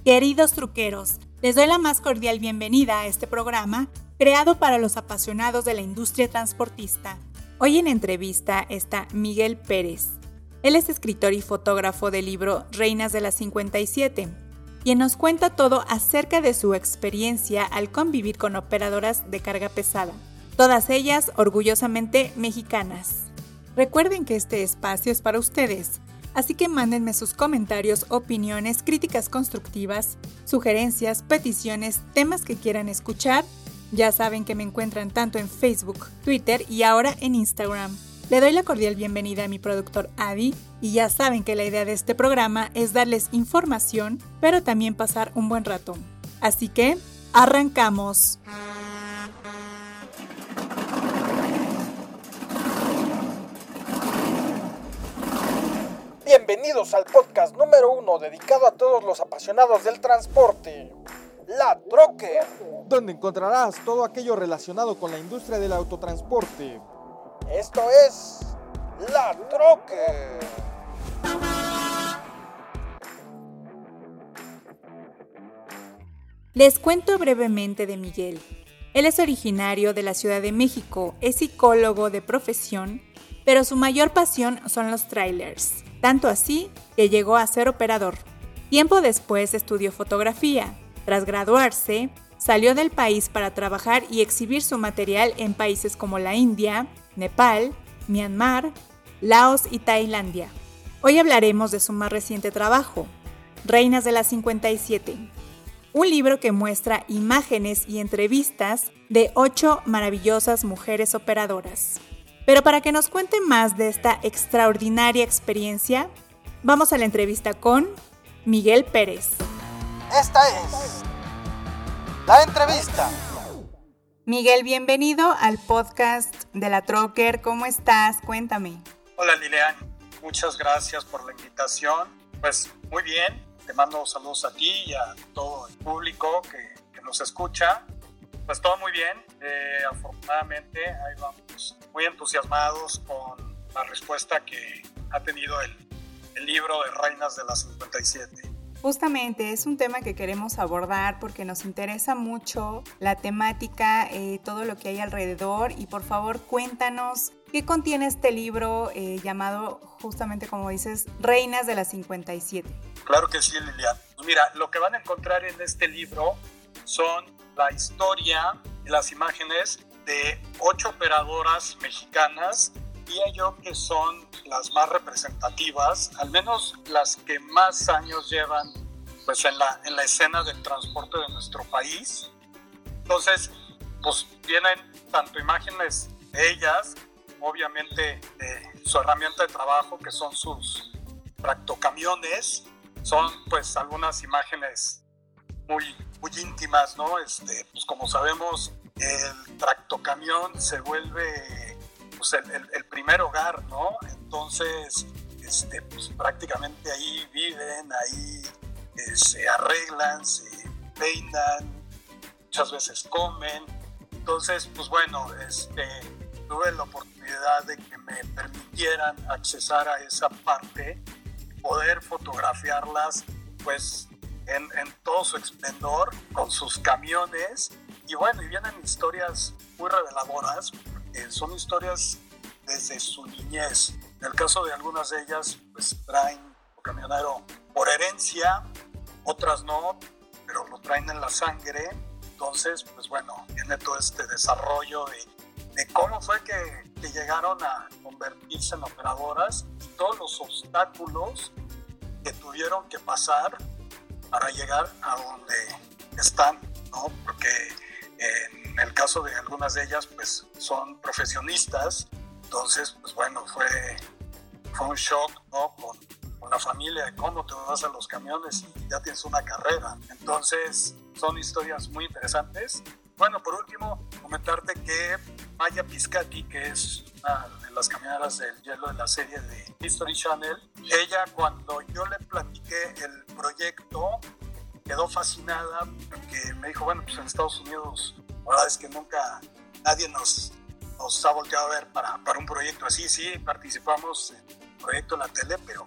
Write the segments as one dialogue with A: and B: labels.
A: Queridos truqueros, les doy la más cordial bienvenida a este programa creado para los apasionados de la industria transportista. Hoy en entrevista está Miguel Pérez. Él es escritor y fotógrafo del libro Reinas de las 57, quien nos cuenta todo acerca de su experiencia al convivir con operadoras de carga pesada, todas ellas orgullosamente mexicanas. Recuerden que este espacio es para ustedes, así que mándenme sus comentarios, opiniones, críticas constructivas, sugerencias, peticiones, temas que quieran escuchar. Ya saben que me encuentran tanto en Facebook, Twitter y ahora en Instagram. Le doy la cordial bienvenida a mi productor Adi y ya saben que la idea de este programa es darles información, pero también pasar un buen rato. Así que, ¡arrancamos!
B: Bienvenidos al podcast número 1 dedicado a todos los apasionados del transporte, La Trocker, donde encontrarás todo aquello relacionado con la industria del autotransporte. Esto es La Trocker.
A: Les cuento brevemente de Miguel. Él es originario de la Ciudad de México, es psicólogo de profesión, pero su mayor pasión son los trailers. Tanto así que llegó a ser operador. Tiempo después estudió fotografía. Tras graduarse, salió del país para trabajar y exhibir su material en países como la India, Nepal, Myanmar, Laos y Tailandia. Hoy hablaremos de su más reciente trabajo, Reinas de las 57, un libro que muestra imágenes y entrevistas de 8 maravillosas mujeres operadoras. Pero para que nos cuente más de esta extraordinaria experiencia, vamos a la entrevista con Miguel Pérez.
B: Esta es la entrevista.
A: Miguel, bienvenido al podcast de La Trocker. ¿Cómo estás? Cuéntame.
C: Hola Lilian, muchas gracias por la invitación. Pues muy bien, te mando saludos a ti y a todo el público que nos escucha. Pues todo muy bien, afortunadamente ahí vamos muy entusiasmados con la respuesta que ha tenido el libro de Reinas de las 57.
A: Justamente es un tema que queremos abordar porque nos interesa mucho la temática, todo lo que hay alrededor y por favor cuéntanos qué contiene este libro llamado justamente como dices Reinas de las 57.
C: Claro que sí, Lilian. Pues mira, lo que van a encontrar en este libro son la historia y las imágenes de 8 operadoras mexicanas, diría yo que son las más representativas, al menos las que más años llevan pues, en la escena del transporte de nuestro país. Entonces, pues vienen tanto imágenes de ellas, obviamente de su herramienta de trabajo, que son sus tractocamiones, son pues algunas imágenes muy íntimas, ¿no? Pues como sabemos, el tractocamión se vuelve pues, el primer hogar, ¿no? Entonces, pues prácticamente ahí viven, ahí se arreglan, se peinan, muchas veces comen. Entonces, pues bueno, tuve la oportunidad de que me permitieran accesar a esa parte, poder fotografiarlas, pues en todo su esplendor, con sus camiones, y bueno, y vienen historias muy reveladoras, porque son historias desde su niñez. En el caso de algunas de ellas, pues traen un camionero por herencia, otras no, pero lo traen en la sangre. Entonces, pues bueno, viene todo este desarrollo de cómo fue que llegaron a convertirse en operadoras y todos los obstáculos que tuvieron que pasar para llegar a donde están, ¿no? Porque en el caso de algunas de ellas, pues son profesionistas, entonces, pues bueno, fue un shock, ¿no? Con la familia, de cómo te vas a los camiones y ya tienes una carrera. Entonces, son historias muy interesantes. Bueno, por último, comentarte que Maya Piscati, que es una de las camioneras del hielo de la serie de History Channel, ella, cuando yo le platiqué el proyecto, quedó fascinada porque me dijo, bueno, pues en Estados Unidos, la verdad es que nunca nadie nos ha volteado a ver para un proyecto así. Sí, participamos en el proyecto en la tele, pero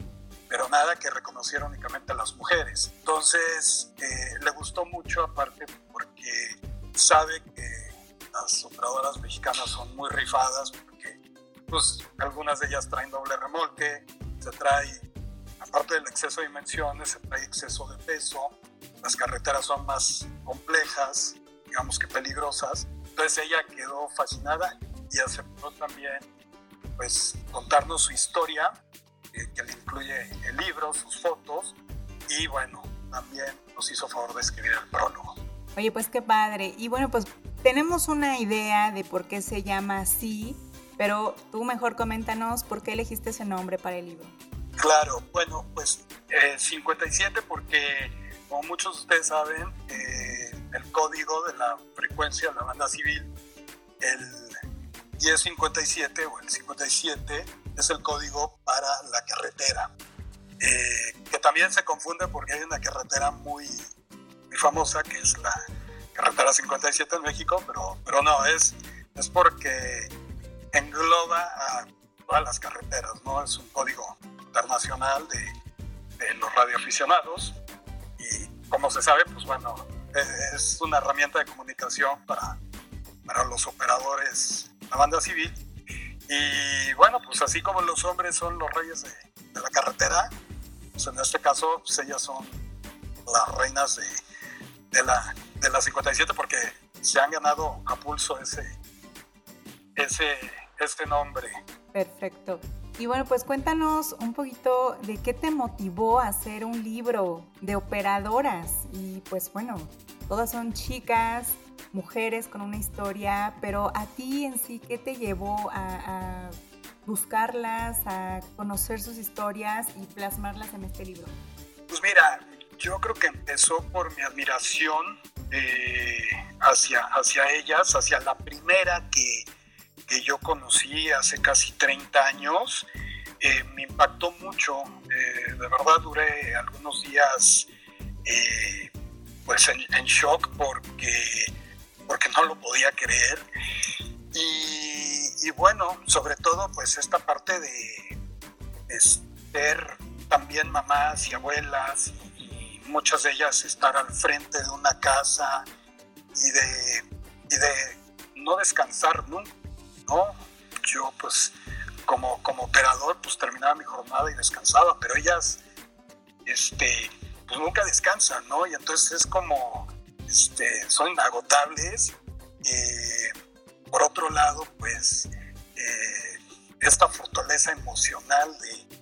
C: pero nada que reconociera únicamente a las mujeres. Entonces, le gustó mucho, aparte porque sabe que las operadoras mexicanas son muy rifadas, porque pues algunas de ellas traen doble remolque, se trae, aparte del exceso de dimensiones, se trae exceso de peso, las carreteras son más complejas, digamos que peligrosas. Entonces ella quedó fascinada y aceptó también pues contarnos su historia, que le incluye el libro, sus fotos, y bueno, también nos hizo favor de escribir el prólogo.
A: Oye, pues qué padre. Y bueno, pues tenemos una idea de por qué se llama así, pero tú mejor coméntanos por qué elegiste ese nombre para el libro.
C: Claro, bueno, pues 57 porque, como muchos de ustedes saben, el código de la frecuencia de la banda civil, el 1057 o el 57, es el código para la carretera, que también se confunde porque hay una carretera muy famosa que es la carretera 57 en México, pero no, es porque engloba a todas las carreteras, ¿no? Es un código internacional de los radioaficionados y, como se sabe, pues bueno, es una herramienta de comunicación para los operadores de la banda civil. Y bueno, pues así como los hombres son los reyes de la carretera, pues en este caso pues ellas son las reinas de la 57 porque se han ganado a pulso este nombre.
A: Perfecto. Y bueno, pues cuéntanos un poquito de qué te motivó a hacer un libro de operadoras. Y pues bueno, todas son chicas, mujeres con una historia, pero a ti en sí, ¿qué te llevó a buscarlas, a conocer sus historias y plasmarlas en este libro?
C: Pues mira, yo creo que empezó por mi admiración hacia ellas, hacia la primera que yo conocí hace casi 30 años. Me impactó mucho, de verdad duré algunos días pues en shock porque no lo podía creer. Y bueno, sobre todo pues esta parte de ser también mamás y abuelas, y muchas de ellas estar al frente de una casa y de no descansar nunca, ¿no? Yo pues como operador pues terminaba mi jornada y descansaba, pero ellas pues nunca descansan, ¿no? Y entonces es como son inagotables. Por otro lado, pues esta fortaleza emocional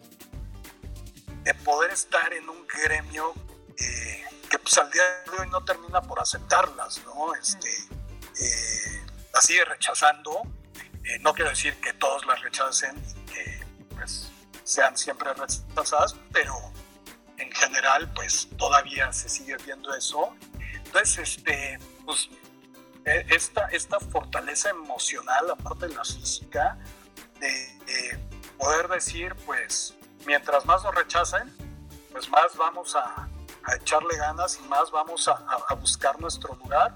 C: de poder estar en un gremio que pues al día de hoy no termina por aceptarlas, ¿no? Las sigue rechazando. No quiero decir que todos las rechacen y que pues sean siempre rechazadas, pero en general pues todavía se sigue viendo eso. Entonces, pues esta fortaleza emocional, aparte de la física, de poder decir, pues, mientras más nos rechacen, pues más vamos a echarle ganas y más vamos a buscar nuestro lugar.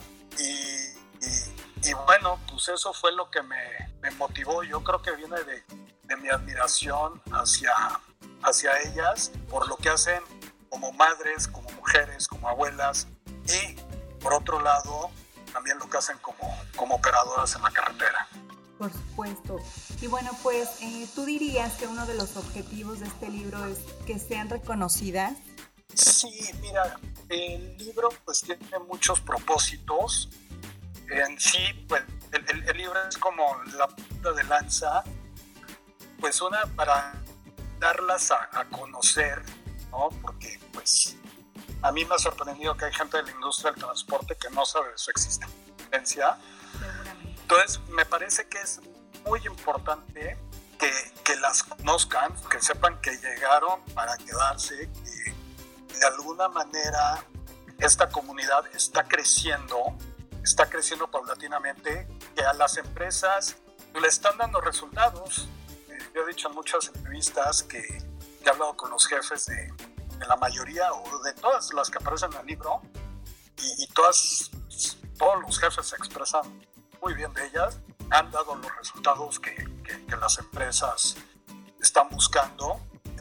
C: Y bueno, pues eso fue lo que me motivó. Yo creo que viene de mi admiración hacia ellas, por lo que hacen como madres, como mujeres, como abuelas, y por otro lado, también lo que hacen como operadoras en la carretera.
A: Por supuesto. Y bueno, pues ¿tú dirías que uno de los objetivos de este libro es que sean reconocidas?
C: Sí, mira, el libro pues tiene muchos propósitos. En sí, pues el libro es como la punta de lanza, pues una para darlas a conocer, ¿no? Porque pues a mí me ha sorprendido que hay gente de la industria del transporte que no sabe de su existencia. Entonces, me parece que es muy importante que las conozcan, que sepan que llegaron para quedarse, que de alguna manera esta comunidad está creciendo paulatinamente, que a las empresas le están dando resultados. Yo he dicho en muchas entrevistas que he hablado con los jefes de la mayoría o de todas las que aparecen en el libro y todos los jefes se expresan muy bien de ellas, han dado los resultados que las empresas están buscando.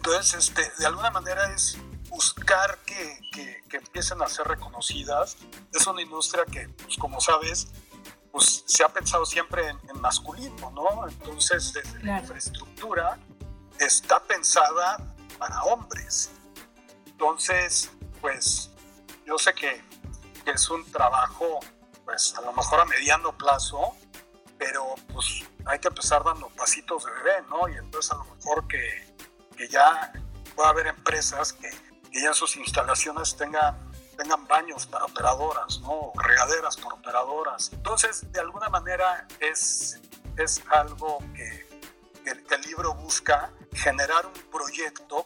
C: Entonces, de alguna manera es buscar que empiecen a ser reconocidas. Es una industria que, pues, como sabes, pues se ha pensado siempre en masculino, ¿no? Entonces, desde la infraestructura está pensada para hombres. Entonces, pues yo sé que es un trabajo, pues a lo mejor a mediano plazo, pero pues hay que empezar dando pasitos de bebé, ¿no? Y entonces a lo mejor que ya va a haber empresas que ya en sus instalaciones tengan baños para operadoras, ¿no? O regaderas para operadoras. Entonces, de alguna manera es algo que el libro busca, generar un proyecto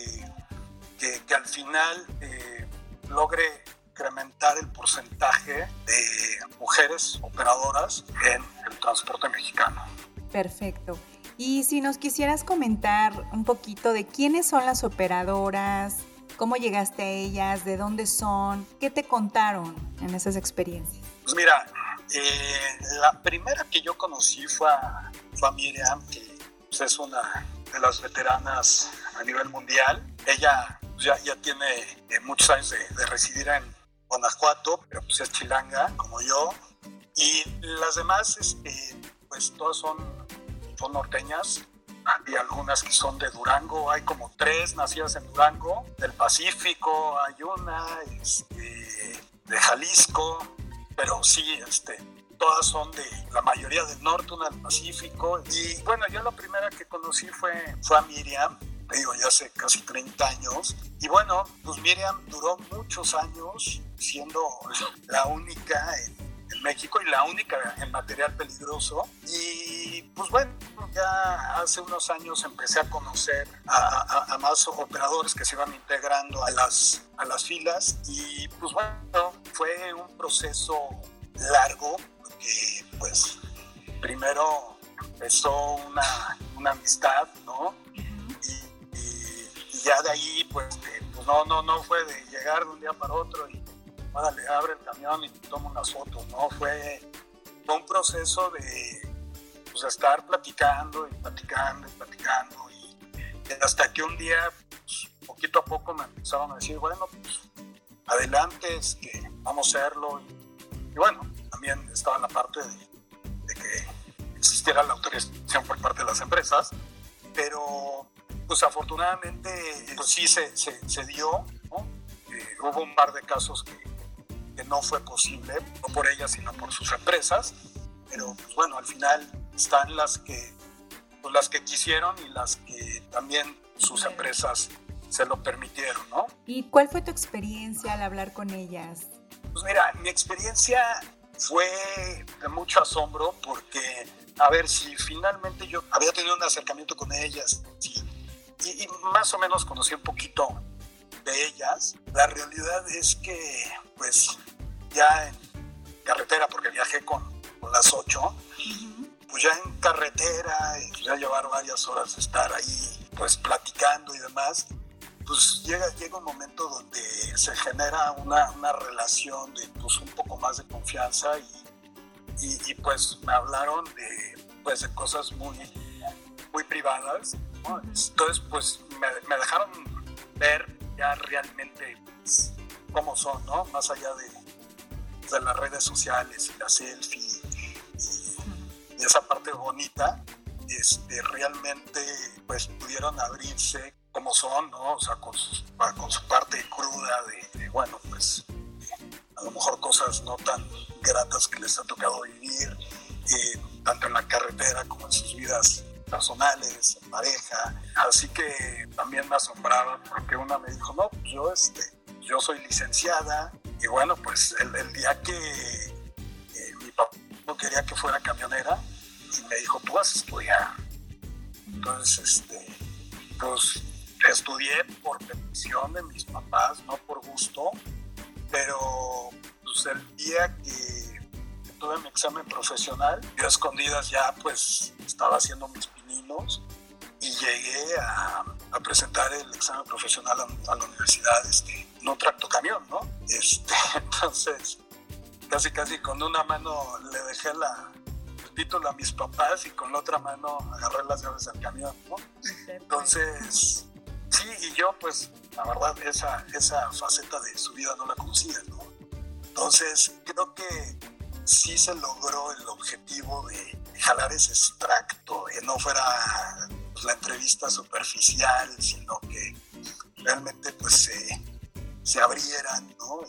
C: que al final logre incrementar el porcentaje de mujeres operadoras en el transporte mexicano.
A: Perfecto. Y si nos quisieras comentar un poquito de quiénes son las operadoras, cómo llegaste a ellas, de dónde son, qué te contaron en esas experiencias.
C: Pues mira, la primera que yo conocí fue a Miriam, que pues, es una de las veteranas a nivel mundial. Ella ya tiene muchos años de residir en Guanajuato, pero pues es chilanga como yo. Y las demás, pues todas son norteñas. Hay algunas que son de Durango, hay como 3 nacidas en Durango, del Pacífico, hay una de Jalisco, pero sí, todas son la mayoría del norte, una del Pacífico. Y bueno, yo la primera que conocí fue a Miriam, te digo, ya hace casi 30 años. Y bueno, pues Miriam duró muchos años siendo la única en México y la única en material peligroso. Y pues bueno, ya hace unos años empecé a conocer a más operadores que se iban integrando a las filas. Y pues bueno, fue un proceso largo, porque pues primero empezó una amistad, ¿no? Y ya de ahí pues no fue de llegar de un día para otro y órale, abre el camión y toma unas fotos, ¿no? Fue un proceso de estar platicando y hasta que un día pues, poquito a poco me empezaron a decir, bueno, pues adelante, vamos a hacerlo. Y bueno, también estaba la parte de que existiera la autorización por parte de las empresas, pero pues afortunadamente pues sí se dio, ¿no? Hubo un par de casos que no fue posible, no por ellas sino por sus empresas, pero pues bueno, al final están las que quisieron y las que también sus empresas se lo permitieron, ¿no?
A: ¿Y cuál fue tu experiencia al hablar con ellas?
C: Pues mira, mi experiencia fue de mucho asombro porque, a ver, si finalmente yo había tenido un acercamiento con ellas y más o menos conocí un poquito de ellas, la realidad es que, pues, ya en carretera, porque viajé con las 8, pues ya en carretera, ya llevar varias horas de estar ahí, pues, platicando y demás, pues llega un momento donde se genera una relación de, pues, un poco más de confianza y pues, me hablaron de cosas muy, muy privadas, ¿no? Entonces, pues, me dejaron ver ya realmente pues, cómo son, ¿no? Más allá de las redes sociales y la selfie y esa parte bonita, realmente pues pudieron abrirse como son, ¿no? O sea, con su parte cruda de bueno, pues a lo mejor cosas no tan gratas que les ha tocado vivir, tanto en la carretera como en sus vidas personales, en pareja. Así que también me asombraba porque una me dijo, no, pues yo soy licenciada y bueno, pues el día que mi papá no quería que fuera camionera y me dijo, tú vas a estudiar. Entonces, pues estudié por petición de mis papás, no por gusto, pero pues el día que tuve mi examen profesional, yo a escondidas ya pues estaba haciendo mis pininos y llegué a presentar el examen profesional a la universidad en un tractocamión, ¿no? Entonces casi con una mano le dejé el título a mis papás y con la otra mano agarré las llaves del camión, ¿no? Entonces Sí, y yo pues la verdad esa faceta de su vida no la conocía, ¿no? Entonces creo que sí se logró el objetivo de jalar ese extracto, que no fuera pues, la entrevista superficial, sino que realmente pues se abrieran, ¿no?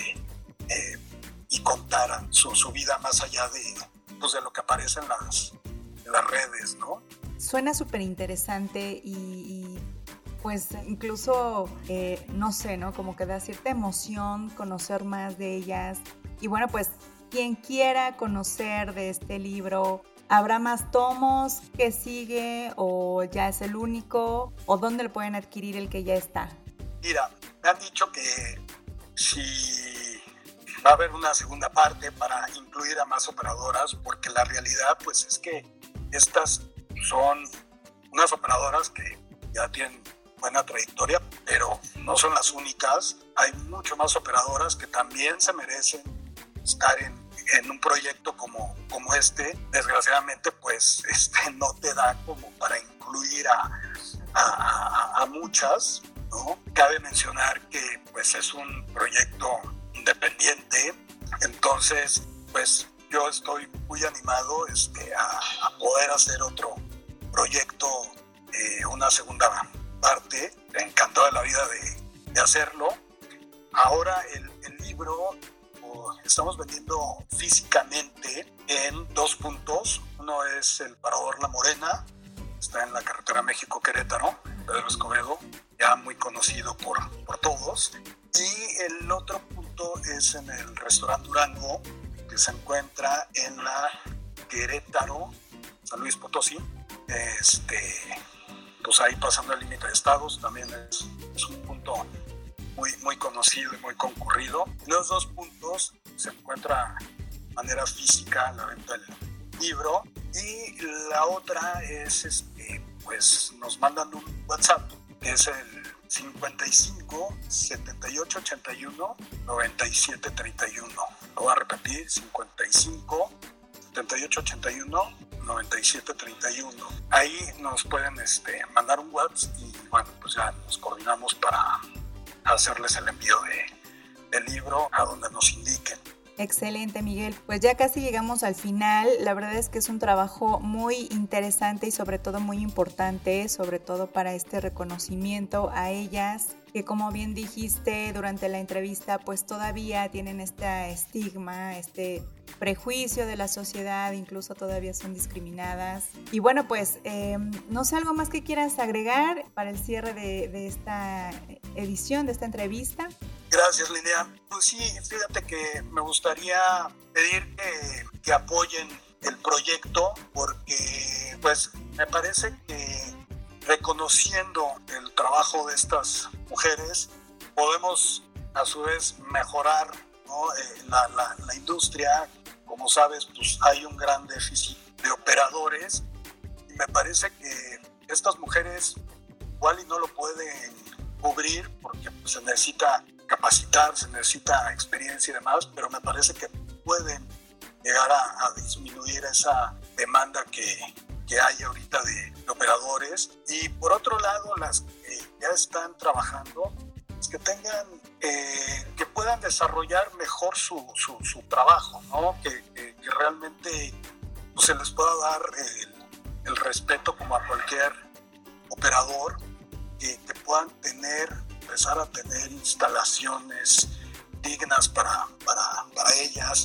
C: Y contaran su vida más allá de lo que aparece en las redes, ¿no?
A: Suena súper interesante y pues incluso, no sé, ¿no? Como que da cierta emoción conocer más de ellas. Y bueno, pues quien quiera conocer de este libro, ¿habrá más tomos? ¿Qué sigue? ¿O ya es el único? ¿O dónde lo pueden adquirir el que ya está?
C: Mira, me han dicho que si va a haber una segunda parte para incluir a más operadoras, porque la realidad pues es que estas son unas operadoras que ya tienen buena trayectoria, pero no son las únicas. Hay mucho más operadoras que también se merecen estar en un proyecto como este. Desgraciadamente pues no te da como para incluir a muchas, ¿no? Cabe mencionar que pues es un proyecto independiente, entonces pues yo estoy muy animado a poder hacer otro proyecto, una segunda parte. Encantado de la vida de hacerlo. Ahora el libro estamos vendiendo físicamente en 2 puntos. Uno es el Parador La Morena, está en la carretera México-Querétaro, Pedro Escobedo, ya muy conocido por todos. Y el otro punto es en el restaurante Durango, que se encuentra en la Querétaro, San Luis Potosí. Pues ahí pasando el límite de estados, también es un punto muy, muy conocido y muy concurrido. En los 2 puntos se encuentra de manera física la venta del libro, y la otra es pues nos mandan un WhatsApp, que es el 55 78 81 97 31. Lo voy a repetir: 55 78 81 97 31. Ahí nos pueden mandar un WhatsApp y bueno, pues ya nos coordinamos para hacerles el envío del libro a donde nos indiquen.
A: Excelente, Miguel. Pues ya casi llegamos al final. La verdad es que es un trabajo muy interesante y sobre todo muy importante, sobre todo para este reconocimiento a ellas, que como bien dijiste durante la entrevista, pues todavía tienen este estigma, este prejuicio de la sociedad, incluso todavía son discriminadas. Y bueno, pues no sé, algo más que quieras agregar para el cierre de esta edición, de esta entrevista.
C: Gracias, Linnea. Pues sí, fíjate que me gustaría pedir que apoyen el proyecto, porque pues me parece que reconociendo el trabajo de estas mujeres podemos a su vez mejorar, ¿no? la industria. Como sabes, pues hay un gran déficit de operadores y me parece que estas mujeres igual y no lo pueden cubrir porque pues, se necesita capacitar, se necesita experiencia y demás, pero me parece que pueden llegar a disminuir esa demanda que hay ahorita de operadores. Y por otro lado, las que ya están trabajando, pues que tengan, que puedan desarrollar mejor su trabajo, ¿no? Que realmente pues, se les pueda dar el respeto como a cualquier operador, que puedan empezar a tener instalaciones dignas para ellas,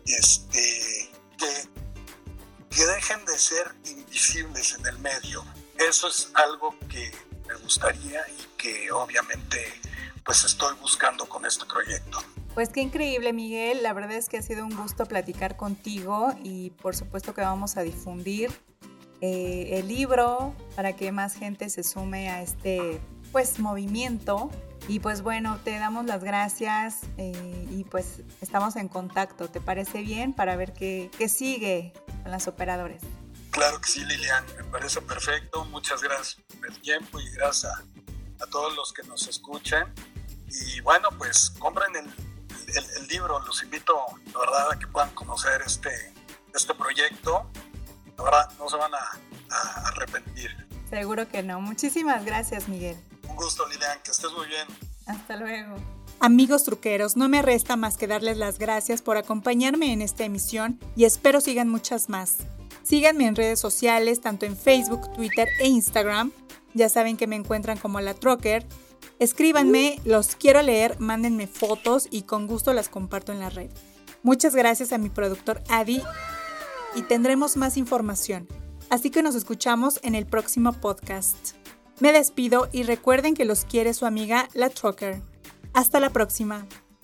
C: que dejen de ser invisibles en el medio. Eso es algo que me gustaría y que obviamente pues estoy buscando con este proyecto.
A: Pues qué increíble, Miguel. La verdad es que ha sido un gusto platicar contigo y por supuesto que vamos a difundir el libro para que más gente se sume a este pues movimiento. Y pues bueno, te damos las gracias y pues estamos en contacto. ¿Te parece bien? Para ver qué sigue con las operadoras.
C: Claro que sí, Lilian, me parece perfecto. Muchas gracias por el tiempo y gracias a todos los que nos escuchan. Y bueno, pues compren el libro. Los invito, la verdad, a que puedan conocer este proyecto. La verdad, no se van a arrepentir.
A: Seguro que no. Muchísimas gracias, Miguel.
C: Un gusto, Lilian, que estés muy bien.
A: Hasta luego. Amigos truqueros, no me resta más que darles las gracias por acompañarme en esta emisión y espero sigan muchas más. Síganme en redes sociales, tanto en Facebook, Twitter e Instagram. Ya saben que me encuentran como La Trocker. Escríbanme, los quiero leer, mándenme fotos y con gusto las comparto en la red. Muchas gracias a mi productor Adi y tendremos más información. Así que nos escuchamos en el próximo podcast. Me despido y recuerden que los quiere su amiga La Trocker. Hasta la próxima.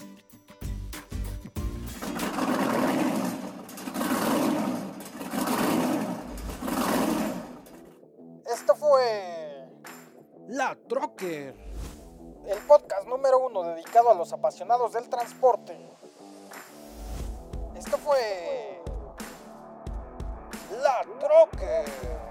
B: Esto fue La Trocker, el podcast número 1 dedicado a los apasionados del transporte. Esto fue La Trocker.